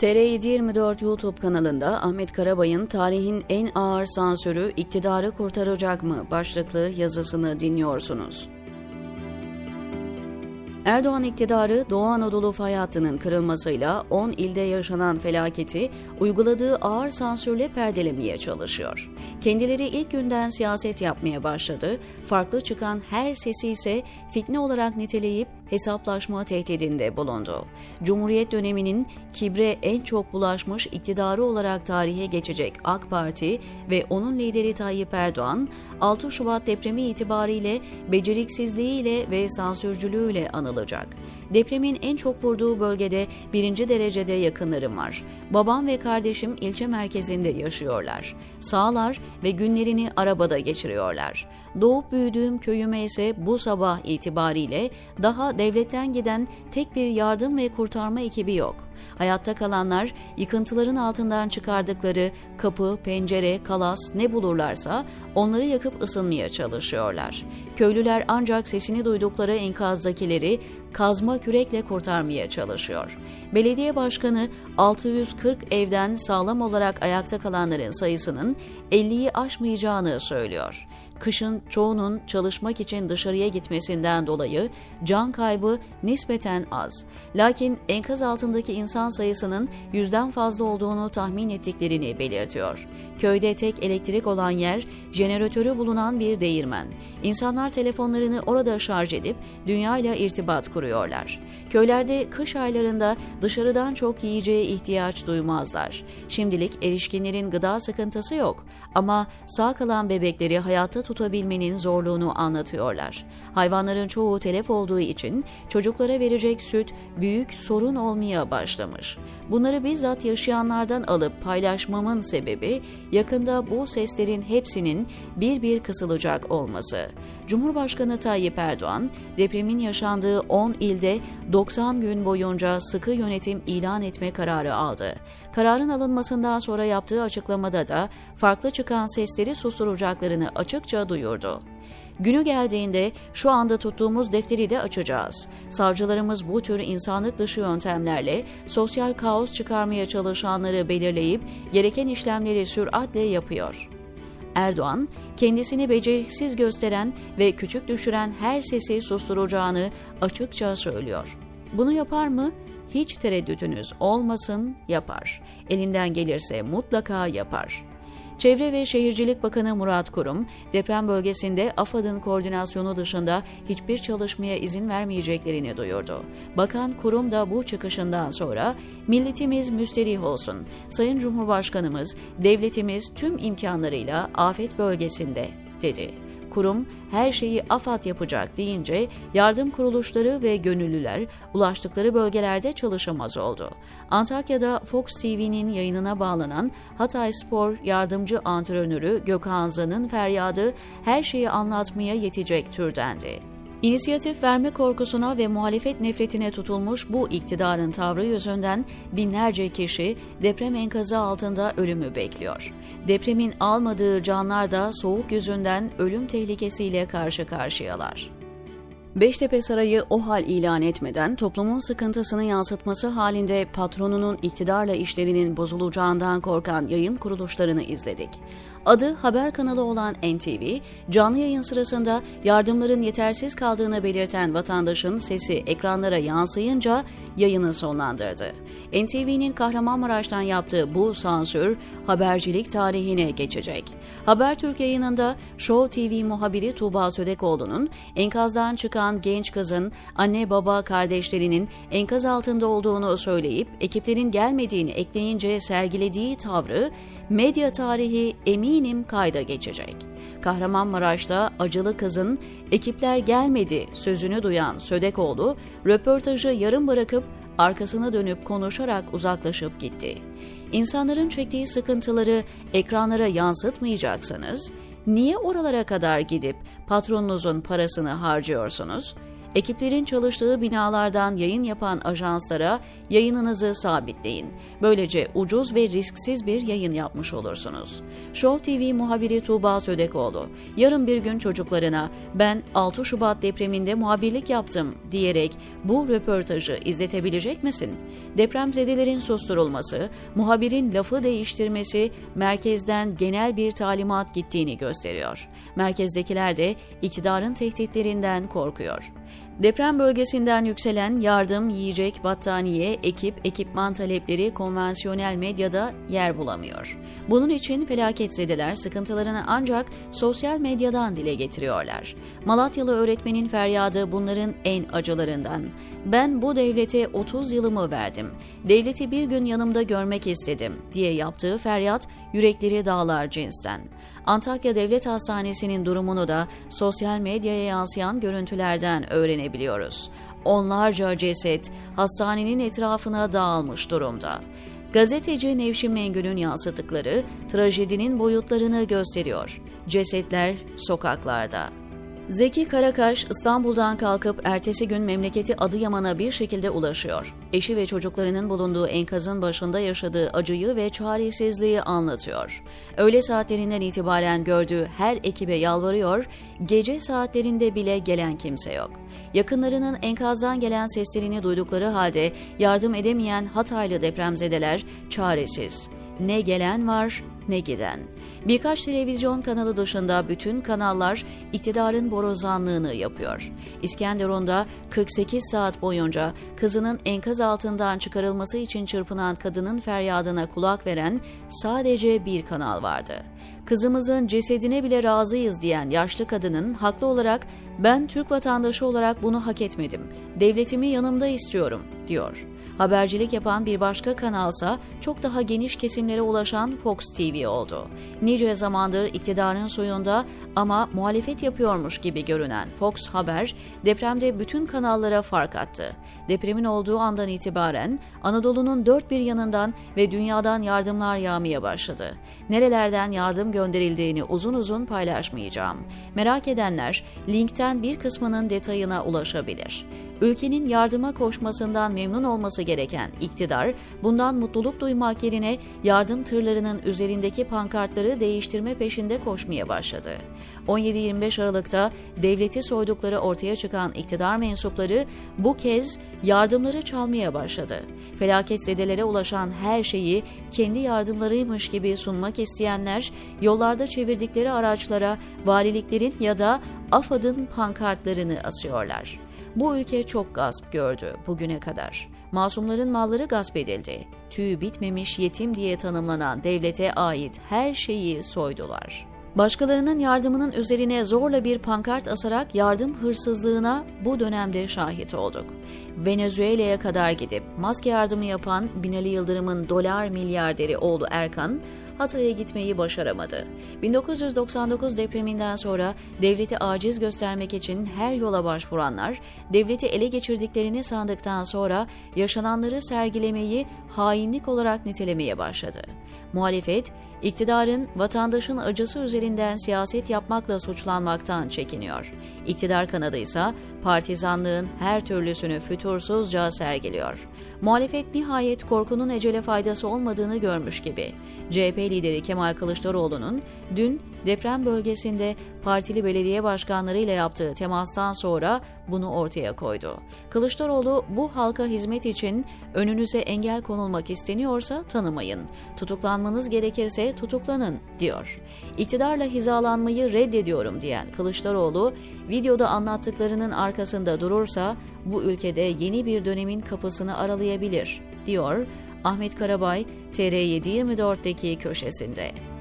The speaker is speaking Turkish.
TR724 YouTube kanalında Ahmet Karabay'ın "Tarihin en ağır sansürü iktidarı kurtaracak mı?" başlıklı yazısını dinliyorsunuz. Erdoğan iktidarı Doğu Anadolu fay hattının kırılmasıyla 10 ilde yaşanan felaketi uyguladığı ağır sansürle perdelemeye çalışıyor. Kendileri ilk günden siyaset yapmaya başladı, farklı çıkan her sesi ise fitne olarak niteleyip hesaplaşma tehdidinde bulundu. Cumhuriyet döneminin kibre en çok bulaşmış iktidarı olarak tarihe geçecek AK Parti ve onun lideri Tayyip Erdoğan, 6 Şubat depremi itibariyle beceriksizliğiyle ve sansürcülüğüyle anılacak. Depremin en çok vurduğu bölgede 1. derecede yakınlarım var. Babam ve kardeşim ilçe merkezinde yaşıyorlar. Sağlar ve günlerini arabada geçiriyorlar. Doğup büyüdüğüm köyüme ise bu sabah itibariyle daha devletten giden tek bir yardım ve kurtarma ekibi yok. Hayatta kalanlar yıkıntıların altından çıkardıkları kapı, pencere, kalas ne bulurlarsa onları yakıp ısınmaya çalışıyorlar. Köylüler ancak sesini duydukları enkazdakileri kazma kürekle kurtarmaya çalışıyor. Belediye başkanı 640 evden sağlam olarak ayakta kalanların sayısının 50'yi aşmayacağını söylüyor. Kışın çoğunun çalışmak için dışarıya gitmesinden dolayı can kaybı nispeten az. Lakin enkaz altındaki insan sayısının 100'den fazla olduğunu tahmin ettiklerini belirtiyor. Köyde tek elektrik olan yer, jeneratörü bulunan bir değirmen. İnsanlar telefonlarını orada şarj edip dünyayla irtibat kuruyorlar. Köylerde kış aylarında dışarıdan çok yiyeceğe ihtiyaç duymazlar. Şimdilik erişkinlerin gıda sıkıntısı yok ama sağ kalan bebekleri hayatta tutabilmenin zorluğunu anlatıyorlar. Hayvanların çoğu telef olduğu için çocuklara verecek süt büyük sorun olmaya başlamış. Bunları bizzat yaşayanlardan alıp paylaşmamın sebebi yakında bu seslerin hepsinin bir kısılacak olması. Cumhurbaşkanı Tayyip Erdoğan, depremin yaşandığı 10 ilde 90 gün boyunca sıkı yönetim ilan etme kararı aldı. Kararın alınmasından sonra yaptığı açıklamada da farklı çıkan sesleri susturacaklarını açıkça duyurdu. Günü geldiğinde şu anda tuttuğumuz defteri de açacağız. Savcılarımız bu tür insanlık dışı yöntemlerle sosyal kaos çıkarmaya çalışanları belirleyip gereken işlemleri süratle yapıyor. Erdoğan, kendisini beceriksiz gösteren ve küçük düşüren her sesi susturacağını açıkça söylüyor. Bunu yapar mı? Hiç tereddütünüz olmasın, yapar. Elinden gelirse mutlaka yapar. Çevre ve Şehircilik Bakanı Murat Kurum, deprem bölgesinde AFAD'ın koordinasyonu dışında hiçbir çalışmaya izin vermeyeceklerini duyurdu. Bakan Kurum da bu çıkışından sonra "Milletimiz müsterih olsun. Sayın Cumhurbaşkanımız, devletimiz tüm imkanlarıyla afet bölgesinde," dedi. Kurum, her şeyi AFAD yapacak deyince yardım kuruluşları ve gönüllüler ulaştıkları bölgelerde çalışamaz oldu. Antakya'da Fox TV'nin yayınına bağlanan Hatayspor yardımcı antrenörü Gökhan Zan'ın feryadı her şeyi anlatmaya yetecek türdendi. İnisiyatif verme korkusuna ve muhalefet nefretine tutulmuş bu iktidarın tavrı yüzünden binlerce kişi deprem enkazı altında ölümü bekliyor. Depremin almadığı canlar da soğuk yüzünden ölüm tehlikesiyle karşı karşıyalar. Beştepe Sarayı o hal ilan etmeden toplumun sıkıntısını yansıtması halinde patronunun iktidarla işlerinin bozulacağından korkan yayın kuruluşlarını izledik. Adı haber kanalı olan NTV, canlı yayın sırasında yardımların yetersiz kaldığını belirten vatandaşın sesi ekranlara yansıyınca yayını sonlandırdı. NTV'nin Kahramanmaraş'tan yaptığı bu sansür habercilik tarihine geçecek. Habertürk yayınında Show TV muhabiri Tuğba Södekoğlu'nun enkazdan çıkan genç kızın anne baba kardeşlerinin enkaz altında olduğunu söyleyip ekiplerin gelmediğini ekleyince sergilediği tavrı medya tarihi eminim kayda geçecek. Kahramanmaraş'ta acılı kızın ekipler gelmedi sözünü duyan Södekoğlu röportajı yarım bırakıp arkasına dönüp konuşarak uzaklaşıp gitti. İnsanların çektiği sıkıntıları ekranlara yansıtmayacaksanız niye oralara kadar gidip patronunuzun parasını harcıyorsunuz? Ekiplerin çalıştığı binalardan yayın yapan ajanslara yayınınızı sabitleyin. Böylece ucuz ve risksiz bir yayın yapmış olursunuz. Show TV muhabiri Tuğba Södekoğlu, yarın bir gün çocuklarına "Ben 6 Şubat depreminde muhabirlik yaptım" diyerek bu röportajı izletebilecek misin? Depremzedelerin susturulması, muhabirin lafı değiştirmesi merkezden genel bir talimat gittiğini gösteriyor. Merkezdekiler de iktidarın tehditlerinden korkuyor. Deprem bölgesinden yükselen yardım, yiyecek, battaniye, ekipman talepleri konvansiyonel medyada yer bulamıyor. Bunun için felaketzedeler sıkıntılarını ancak sosyal medyadan dile getiriyorlar. Malatyalı öğretmenin feryadı bunların en acılarından. "Ben bu devlete 30 yılımı verdim. Devleti bir gün yanımda görmek istedim" diye yaptığı feryat yürekleri dağlar cinsten. Antakya Devlet Hastanesi'nin durumunu da sosyal medyaya yansıyan görüntülerden öğrenebiliyoruz. Onlarca ceset hastanenin etrafına dağılmış durumda. Gazeteci Nevşin Mengü'nün yansıttıkları trajedinin boyutlarını gösteriyor. Cesetler sokaklarda. Zeki Karakaş İstanbul'dan kalkıp ertesi gün memleketi Adıyaman'a bir şekilde ulaşıyor. Eşi ve çocuklarının bulunduğu enkazın başında yaşadığı acıyı ve çaresizliği anlatıyor. Öğle saatlerinden itibaren gördüğü her ekibe yalvarıyor, gece saatlerinde bile gelen kimse yok. Yakınlarının enkazdan gelen seslerini duydukları halde yardım edemeyen Hataylı depremzedeler çaresiz. Ne gelen var ne giden. Birkaç televizyon kanalı dışında bütün kanallar iktidarın borazanlığını yapıyor. İskenderun'da 48 saat boyunca kızının enkaz altından çıkarılması için çırpınan kadının feryadına kulak veren sadece bir kanal vardı. Kızımızın cesedine bile razıyız diyen yaşlı kadının haklı olarak "Ben Türk vatandaşı olarak bunu hak etmedim. Devletimi yanımda istiyorum" diyor. Habercilik yapan bir başka kanalsa çok daha geniş kesimlere ulaşan Fox TV oldu. Nice zamandır iktidarın suyunda ama muhalefet yapıyormuş gibi görünen Fox Haber, depremde bütün kanallara fark attı. Depremin olduğu andan itibaren Anadolu'nun dört bir yanından ve dünyadan yardımlar yağmaya başladı. Nerelerden yardım gönderildiğini uzun uzun paylaşmayacağım. Merak edenler linkten bir kısmının detayına ulaşabilir. Ülkenin yardıma koşmasından memnun olması gereken iktidar, bundan mutluluk duymak yerine yardım tırlarının üzerindeki pankartları değiştirme peşinde koşmaya başladı. 17-25 Aralık'ta devleti soydukları ortaya çıkan iktidar mensupları bu kez yardımları çalmaya başladı. Felaketzedelere ulaşan her şeyi kendi yardımlarıymış gibi sunmak isteyenler, yollarda çevirdikleri araçlara valiliklerin ya da AFAD'ın pankartlarını asıyorlar. Bu ülke çok gasp gördü bugüne kadar. Masumların malları gasp edildi. Tüyü bitmemiş yetim diye tanımlanan devlete ait her şeyi soydular. Başkalarının yardımının üzerine zorla bir pankart asarak yardım hırsızlığına bu dönemde şahit olduk. Venezuela'ya kadar gidip maske yardımı yapan Binali Yıldırım'ın dolar milyarderi oğlu Erkan, Hatay'a gitmeyi başaramadı. 1999 depreminden sonra devleti aciz göstermek için her yola başvuranlar, devleti ele geçirdiklerini sandıktan sonra yaşananları sergilemeyi hainlik olarak nitelemeye başladı. Muhalefet, iktidarın vatandaşın acısı üzerinden siyaset yapmakla suçlanmaktan çekiniyor. İktidar kanadı ise partizanlığın her türlüsünü fütursuzca sergiliyor. Muhalefet nihayet korkunun ecele faydası olmadığını görmüş gibi. CHP lideri Kemal Kılıçdaroğlu'nun dün deprem bölgesinde partili belediye başkanlarıyla yaptığı temastan sonra bunu ortaya koydu. Kılıçdaroğlu, bu halka hizmet için önünüze engel konulmak isteniyorsa tanımayın, tutuklanmanız gerekirse tutuklanın diyor. İktidarla hizalanmayı reddediyorum diyen Kılıçdaroğlu, videoda anlattıklarının arkasında durursa bu ülkede yeni bir dönemin kapısını aralayabilir diyor Ahmet Karabay TR724'deki köşesinde.